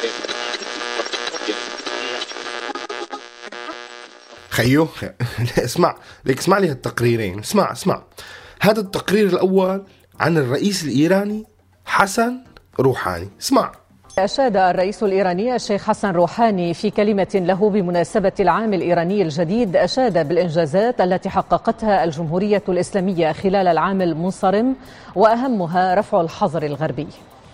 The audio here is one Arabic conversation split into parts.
خيو اسمع ليك، اسمع لي هالتقريرين. اسمع هذا التقرير الأول عن الرئيس الإيراني حسن روحاني. اسمع. أشاد الرئيس الإيراني الشيخ حسن روحاني في كلمة له بمناسبة العام الإيراني الجديد، أشاد بالإنجازات التي حققتها الجمهورية الإسلامية خلال العام المنصرم، وأهمها رفع الحظر الغربي.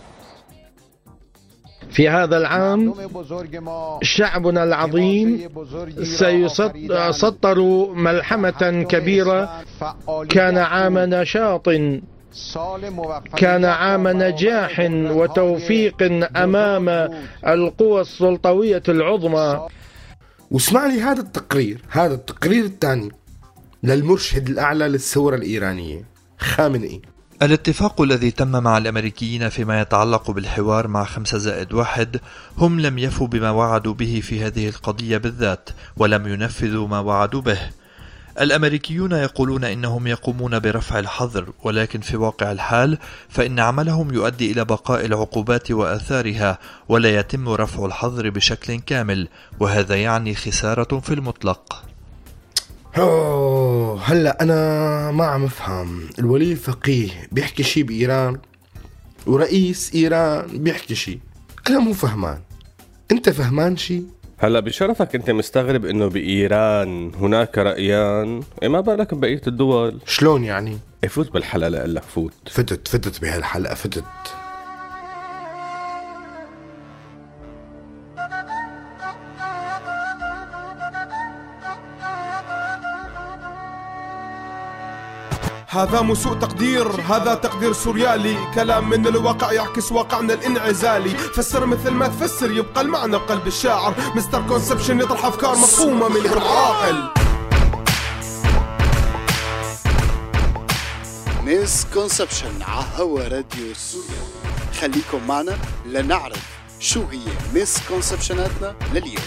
في هذا العام شعبنا العظيم سيسطر ملحمة كبيرة. كان عام نشاط، كان عام نجاح وتوفيق أمام القوى السلطوية العظمى. واسمع لي هذا التقرير الثاني للمرشد الأعلى للثورة الإيرانية خامنئي. الاتفاق الذي تم مع الأمريكيين فيما يتعلق بالحوار مع 5+1 هم لم يفوا بما وعدوا به في هذه القضية بالذات، ولم ينفذوا ما وعدوا به. الأمريكيون يقولون إنهم يقومون برفع الحظر، ولكن في واقع الحال فإن عملهم يؤدي إلى بقاء العقوبات وآثارها، ولا يتم رفع الحظر بشكل كامل، وهذا يعني خسارة في المطلق. هلا أنا ما عم أفهم. الولي الفقيه بيحكي شي بإيران ورئيس إيران بيحكي شي، أنا مو فهمان. أنت فهمان شي؟ هلا بشرفك انت مستغرب انه بايران هناك رأيان، ما بالك ببقية الدول؟ شلون يعني؟ فوت بالحلقة لقلك فوت. فتت بهالحلقة فتت. هذا مو سوء تقدير، هذا تقدير سوريالي، كلام من الواقع يعكس واقعنا الانعزالي. فسر مثل ما تفسر، يبقى المعنى بقلب الشاعر. مستر كونسبشن يطرح افكار مفهومه من غير عاقل. ميس كونسبشن عهوا راديو سوريا. خليكم معنا لنعرف شو هي ميس كونسبشناتنا لليوم.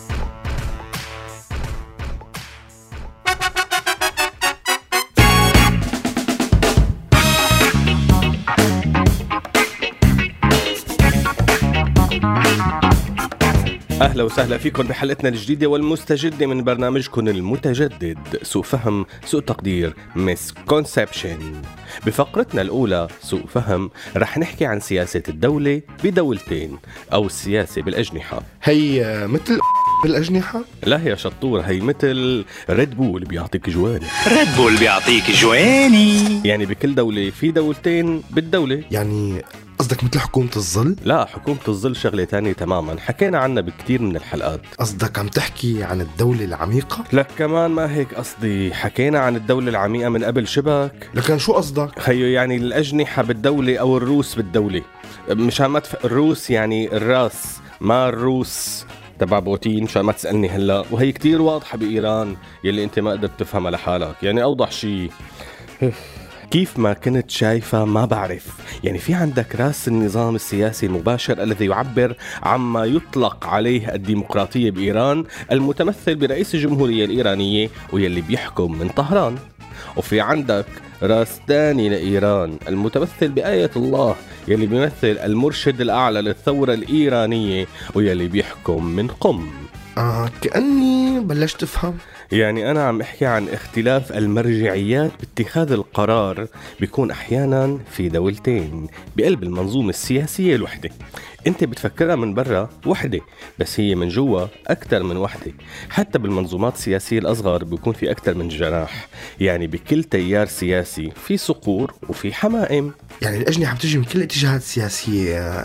أهلا وسهلا فيكم بحلقتنا الجديدة والمستجدة من برنامجكم المتجدد سوء فهم سوء تقدير مسكونسبشن. بفقرتنا الأولى سوء فهم رح نحكي عن سياسة الدولة بدولتين أو السياسة بالأجنحة. هي مثل بالأجنحة؟ لا يا شطور، هي مثل ريد بول بيعطيك جواني. ريد بول بيعطيك جواني، يعني بكل دولة في دولتين بالدولة. يعني قصدك مثل حكومة الظل؟ لا، حكومة الظل شغلة تانية تماما، حكينا عنها بكتير من الحلقات. قصدك عم تحكي عن الدولة العميقة؟ لك كمان ما هيك قصدي، حكينا عن الدولة العميقة من قبل شبك. لكن شو قصدك؟ خيو يعني الأجنحة بالدولة أو الروس بالدولة، مشان ما الروس يعني الراس، ما الروس تبع بوتين، مشان ما تسألني هلا. وهي كتير واضحة بإيران يلي انت ما قدرت تفهمها لحالك، يعني أوضح شيء. كيف ما كنت شايفة ما بعرف، يعني في عندك راس النظام السياسي المباشر الذي يعبر عما يطلق عليه الديمقراطية بإيران، المتمثل برئيس الجمهورية الإيرانية ويلي بيحكم من طهران. وفي عندك راس تاني لإيران المتمثل بآية الله يلي بيمثل المرشد الأعلى للثورة الإيرانية ويلي بيحكم من قم. كأني بلشت أفهم. يعني أنا عم أحكي عن اختلاف المرجعيات باتخاذ القرار، بيكون أحيانا في دولتين بقلب المنظومة السياسية الوحدة. أنت بتفكرها من برا وحدة، بس هي من جوا أكتر من وحدة. حتى بالمنظومات السياسية الأصغر بيكون في أكتر من جناح، يعني بكل تيار سياسي في صقور وفي حمائم. يعني الأجنحة بتجي من كل الاتجاهات السياسية.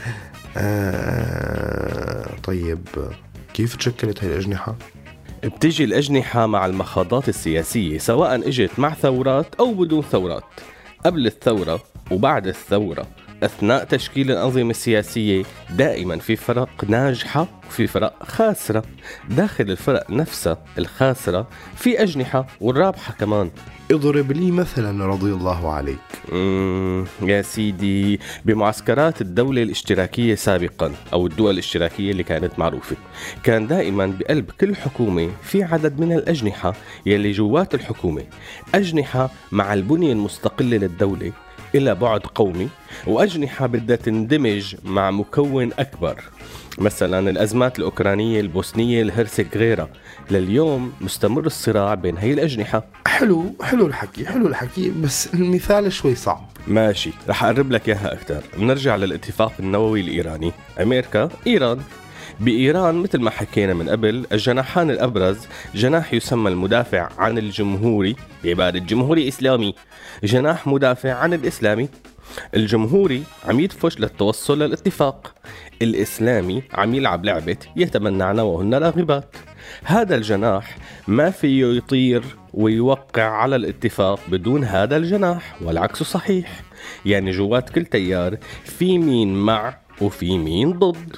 طيب كيف تشكلت هاي الأجنحة؟ بتجي الأجنحة مع المخاضات السياسية، سواء اجت مع ثورات أو بدون ثورات، قبل الثورة وبعد الثورة. أثناء تشكيل الأنظمة السياسية دائما في فرق ناجحة وفي فرق خاسرة. داخل الفرق نفسها الخاسرة في أجنحة والرابحة كمان. اضرب لي مثلا رضي الله عليك. يا سيدي، بمعسكرات الدولة الاشتراكية سابقا أو الدول الاشتراكية اللي كانت معروفة، كان دائما بقلب كل حكومة في عدد من الأجنحة يلي جوات الحكومة، أجنحة مع البنية المستقلة للدولة إلى بعد قومي، وأجنحة بدها تندمج مع مكون أكبر، مثلا الأزمات الأوكرانية، البوسنية، الهرسك، غيرها. لليوم مستمر الصراع بين هاي الأجنحة. حلو الحكي، بس المثال شوي صعب. ماشي، رح أقرب لك إياها أكتر. بنرجع للاتفاق النووي الإيراني، أمريكا، إيران. بإيران مثل ما حكينا من قبل، الجناحان الأبرز جناح يسمى المدافع عن الجمهوري بعبارة جمهوري إسلامي، جناح مدافع عن الإسلامي. الجمهوري عم يدفش للتوصل للاتفاق، الإسلامي عم يلعب لعبة يتمنعن وهن راغبات. هذا الجناح ما فيه يطير ويوقع على الاتفاق بدون هذا الجناح، والعكس صحيح. يعني جوات كل تيار في مين مع وفي مين ضد.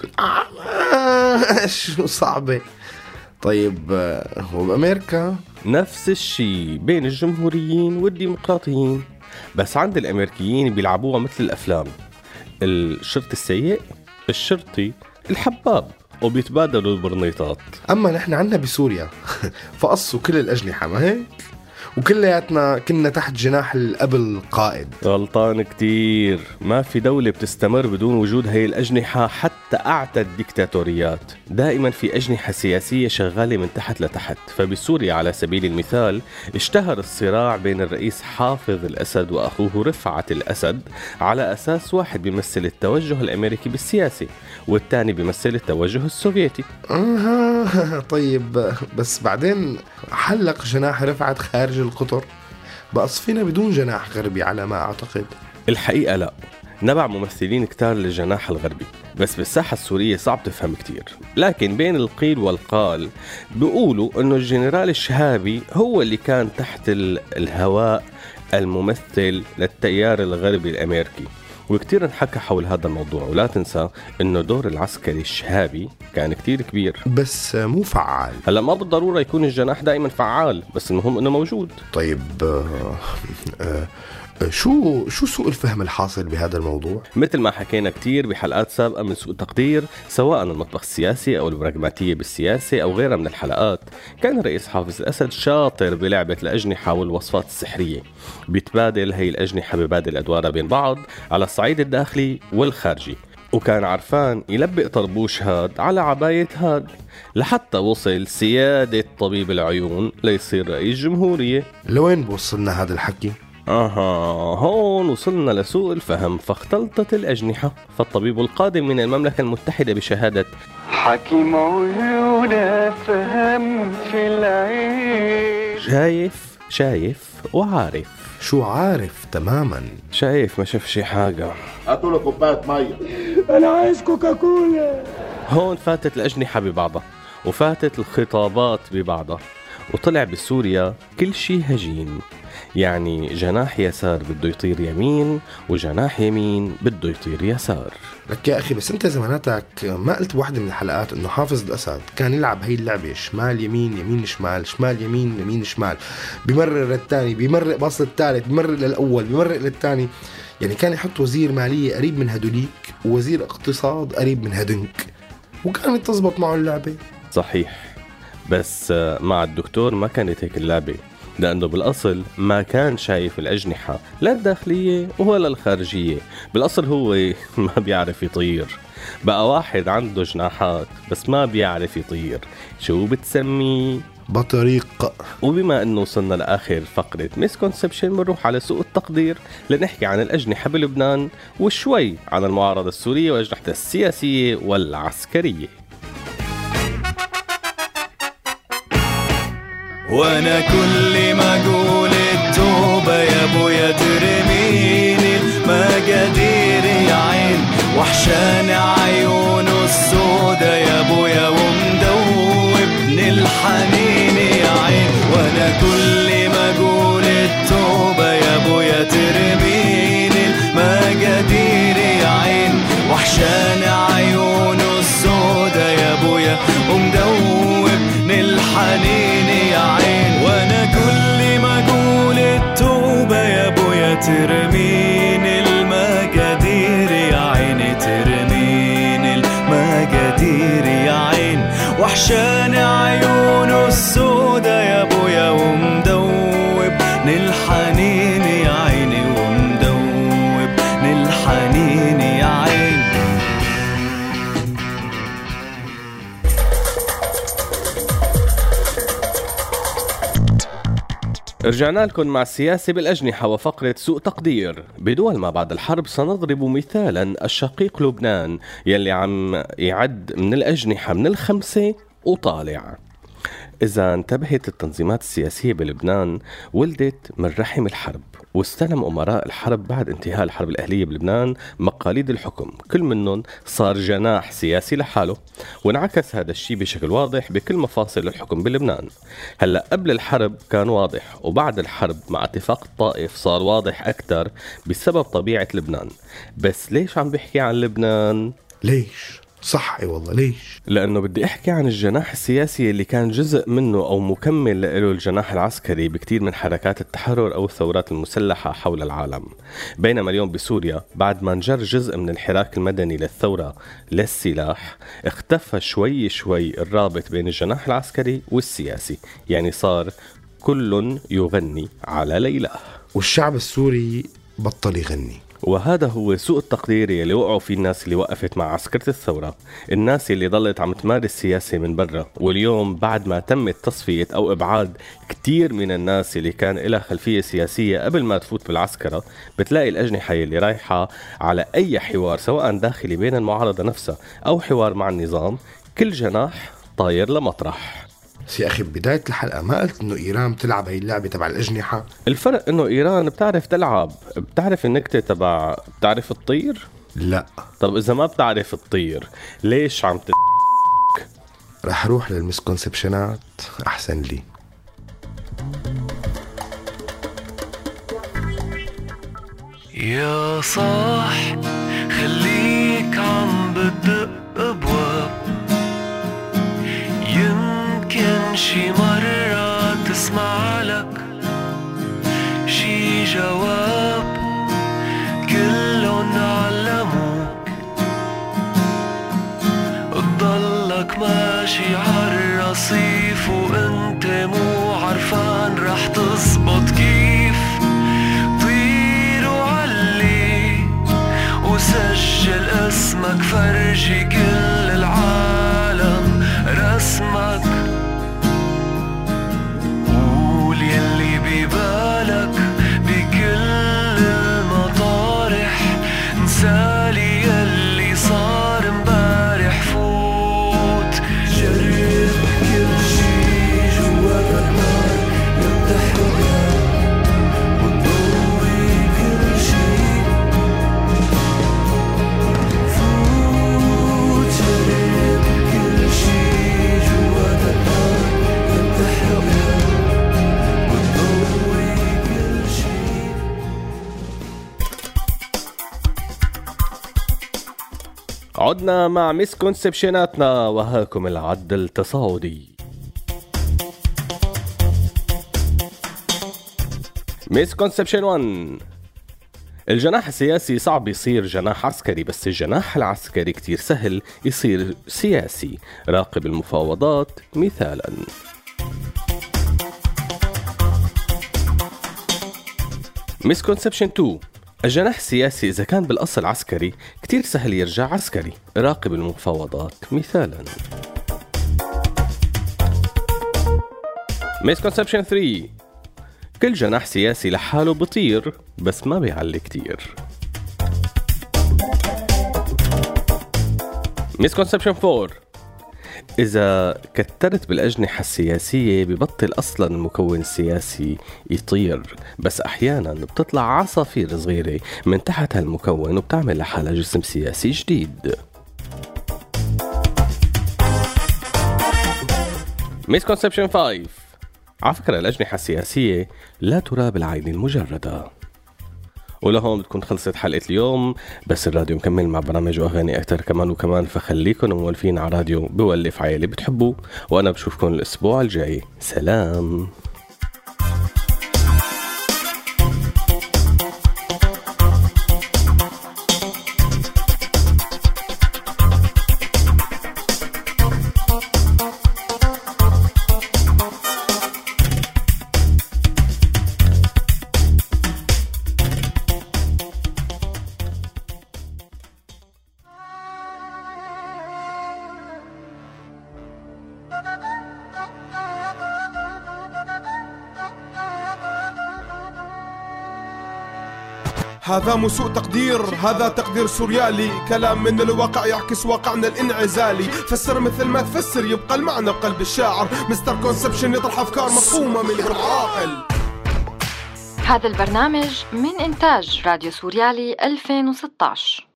شو صعبة. طيب وبأمريكا نفس الشيء بين الجمهوريين والديمقراطيين، بس عند الأمريكيين بيلعبوها مثل الأفلام، الشرطي السيء، الشرطي الحباب، وبيتبادلوا البرنيطات. أما نحن عنا بسوريا فقصوا كل الأجنحة، ما هيك؟ وكلياتنا كنا تحت جناح الأب القائد. غلطان كتير. ما في دولة بتستمر بدون وجود هاي الأجنحة، حتى أعتى الديكتاتوريات دائما في أجنحة سياسية شغالة من تحت لتحت. فبسوريا على سبيل المثال اشتهر الصراع بين الرئيس حافظ الأسد وأخوه رفعت الأسد على أساس واحد بيمثل التوجه الأمريكي بالسياسة والتاني بيمثل التوجه السوفيتي. طيب بس بعدين حلق جناح رفعت خارج القطر، بقصفنا بدون جناح غربي على ما أعتقد. الحقيقة لا، نبع ممثلين كتار للجناح الغربي، بس بالساحة السورية صعب تفهم كتير. لكن بين القيل والقال بيقولوا انه الجنرال الشهابي هو اللي كان تحت الهواء الممثل للتيار الغربي الأمريكي، وكتير انحكى حول هذا الموضوع. ولا تنسى انه دور العسكري الشهابي كان كتير كبير، بس مو فعال. هلا ما بالضرورة يكون الجناح دائما فعال، بس المهم انه موجود. طيب شو سوء الفهم الحاصل بهذا الموضوع؟ مثل ما حكينا كتير بحلقات سابقة من سوء تقدير، سواء المطبخ السياسي أو البراغماتية بالسياسة أو غيرها من الحلقات، كان الرئيس حافظ الأسد شاطر بلعبة الأجنحة والوصفات السحرية. بيتبادل هي الأجنحة، ببادل أدوارها بين بعض على الصعيد الداخلي والخارجي، وكان عرفان يلبق طربوش هاد على عباية هاد، لحتى وصل سيادة طبيب العيون ليصير رئيس جمهورية. لوين بوصلنا هذا الحكي؟ هون وصلنا لسوء الفهم، فاختلطت الأجنحة. فالطبيب القادم من المملكة المتحدة بشهادة حكيم عيونه فهم في العين، شايف وعارف. شو عارف تماما؟ شايف ما شاف شي حاجة. هاتوا له كوباية مية، أنا عايز كوكاكولا. هون فاتت الأجنحة ببعضها وفاتت الخطابات ببعضها، وطلع بسوريا كل شي هجين. يعني جناح يسار بده يطير يمين، وجناح يمين بده يطير يسار. لك يا أخي، بس أنت زماناتك ما قلت بواحدة من الحلقات إنه حافظ الأسد كان يلعب هاي اللعبة شمال يمين يمين شمال، شمال يمين يمين شمال، بمرر للتاني، بمرق باص للثالث، بمرق للأول، بمرق للتاني. يعني كان يحط وزير مالية قريب من هدوليك ووزير اقتصاد قريب من هدنك، وكانت تزبط معه اللعبة. صحيح، بس مع الدكتور ما كانت هيك اللعبة، لأنه بالأصل ما كان شايف الأجنحة لا الداخلية ولا الخارجية. بالأصل هو ما بيعرف يطير. بقى واحد عنده جناحات بس ما بيعرف يطير، شو بتسميه؟ بطريق. وبما أنه وصلنا لآخر فقرة مسكونسبشن، بنروح على سوء التقدير لنحكي عن الأجنحة بلبنان وشوي عن المعارضة السورية وأجنحتها السياسية والعسكرية. وانا كل ما اقول التوبة يا ابويا ترميني المقادير يا عين، وحشان عيونه السودا يا ابويا ومدوبني الحنين يا عين. وانا كل ما اقول التوبة يا ابويا ترميني المقادير يا عين، وحشان عيونه السودا يا ابويا ومدوبني الحنين يا عين. وانا كل ما اقول التوبة يا ابويا ترمين المقادير يا عيني، ترمين المقادير يا عين، وحشان عيونه السودا يا ابويا ومدوبني الحنين يا عيني، ومدوبني رجعنا لكم مع السياسة بالأجنحة وفقرة سوء تقدير. بدول ما بعد الحرب سنضرب مثالا الشقيق لبنان يلي عم يعد من الأجنحة من 5 وطالع. إذا انتبهت التنظيمات السياسية بلبنان ولدت من رحم الحرب، واستلم أمراء الحرب بعد انتهاء الحرب الأهلية بلبنان مقاليد الحكم، كل منهم صار جناح سياسي لحاله، وانعكس هذا الشيء بشكل واضح بكل مفاصل الحكم بلبنان. هلأ قبل الحرب كان واضح، وبعد الحرب مع اتفاق الطائف صار واضح أكثر بسبب طبيعة لبنان. بس ليش عم بحكي عن لبنان؟ ليش؟ صح اي والله ليش؟ لأنه بدي أحكي عن الجناح السياسي اللي كان جزء منه أو مكمل له الجناح العسكري بكتير من حركات التحرر أو الثورات المسلحة حول العالم. بينما اليوم بسوريا بعد ما انجر جزء من الحراك المدني للثورة للسلاح، اختفى شوي شوي الرابط بين الجناح العسكري والسياسي، يعني صار كل يغني على ليلاه، والشعب السوري بطل يغني. وهذا هو سوء التقدير اللي وقعوا فيه الناس اللي وقفت مع عسكرة الثورة، الناس اللي ضلت عم تمارس سياسة من برا. واليوم بعد ما تمت تصفية أو إبعاد كتير من الناس اللي كان لها خلفية سياسية قبل ما تفوت بالعسكرة، بتلاقي الأجنحة اللي رايحة على أي حوار سواء داخلي بين المعارضة نفسها أو حوار مع النظام، كل جناح طاير لمطرح. يا أخي بداية الحلقة ما قلت إنه إيران بتلعب هاي اللعبة تبع الأجنحة؟ الفرق إنه إيران بتعرف تلعب، بتعرف النكتة تبع بتعرف تطير؟ لا. طب إذا ما بتعرف تطير ليش عم رح روح للمسكونسبشنات أحسن لي. يا صاح خليك عم بدق أبواب، يمكن شي مرة تسمع لك شي جواب كلن علموك، تضلك ماشي عالرصيف وانت مو عرفان رح تزبط كيف. طير وعلي وسجل اسمك، فرجي كل العالم رسمك، قول يلي ببالك بكل المطارح، انسالي يلي صار امبارح، فوت جرب كل شي جوا النار يمتحنا وتضوي كل شي، فوت جرب كل شي جوا النار يمتحنا وتضوي كل شي. عدنا مع مسكونسبشناتنا وهاكم العد التصاعدي. مسكونسبشن 1: الجناح السياسي صعب يصير جناح عسكري، بس الجناح العسكري كتير سهل يصير سياسي. راقب المفاوضات مثالا. مسكونسبشن 2: الجناح السياسي إذا كان بالأصل عسكري كتير سهل يرجع عسكري. راقب المفاوضات مثالا. مسكونسبشن 3: كل جناح سياسي لحاله بطير بس ما بيعلي كتير. مسكونسبشن 4: إذا كترت بالأجنحة السياسية ببطل أصلا المكون السياسي يطير، بس أحيانا بتطلع عصافير صغيرة من تحت هالمكون وبتعمل لحالها جسم سياسي جديد. مسكونسبشن 5: على فكرة الأجنحة السياسية لا ترى بالعين المجردة. ولهون بتكون خلصت حلقة اليوم، بس الراديو مكمل مع برامج وأغاني أكتر كمان وكمان، فخليكن مولفين على راديو بولف عيالي بتحبوا، وأنا بشوفكن الأسبوع الجاي. سلام. هذا مو سوء تقدير، هذا تقدير سوريالي، كلام من الواقع يعكس واقعنا الانعزالي. فسر مثل ما تفسر يبقى المعنى بقلب الشاعر. مستر كونسبشن يطرح أفكار مفهومة من غير عاقل. هذا البرنامج من إنتاج راديو سوريالي 2016.